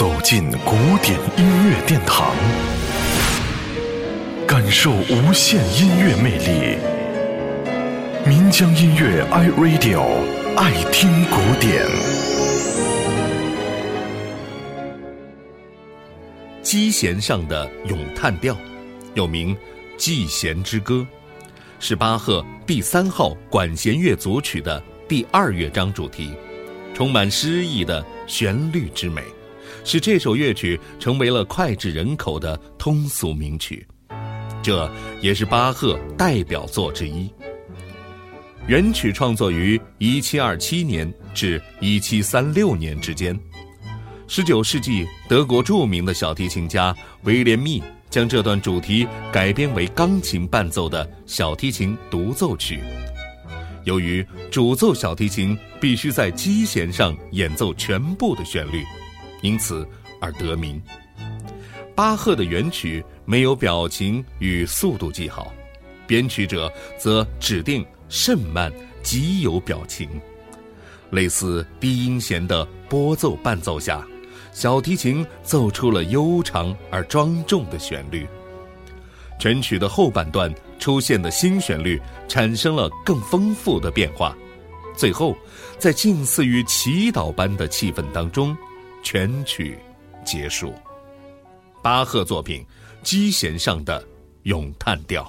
走进古典音乐殿堂，感受无限音乐魅力。民江音乐 iRadio， 爱听古典。 基弦上的咏叹调，又名《祭弦之歌》，是巴赫第3号管弦乐组曲的第2乐章主题，充满诗意的旋律之美，使这首乐曲成为了脍炙人口的通俗名曲。这也是巴赫代表作之一。原曲创作于1727年至1736年之间。19世纪德国著名的小提琴家威廉密将这段主题改编为钢琴伴奏的小提琴独奏曲。由于主奏小提琴必须在基弦上演奏全部的旋律，因此而得名。巴赫的原曲没有表情与速度记号，编曲者则指定甚慢极有表情。类似低音弦的拨奏伴奏下，小提琴奏出了悠长而庄重的旋律。全曲的后半段出现的新旋律产生了更丰富的变化，最后在近似于祈祷般的气氛当中，全曲结束。巴赫作品《基弦上的咏叹调》。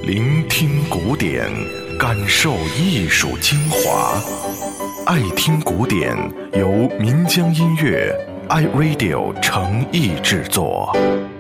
聆听古典，感受艺术精华。爱听古典，由岷江音乐 iRadio 诚意制作。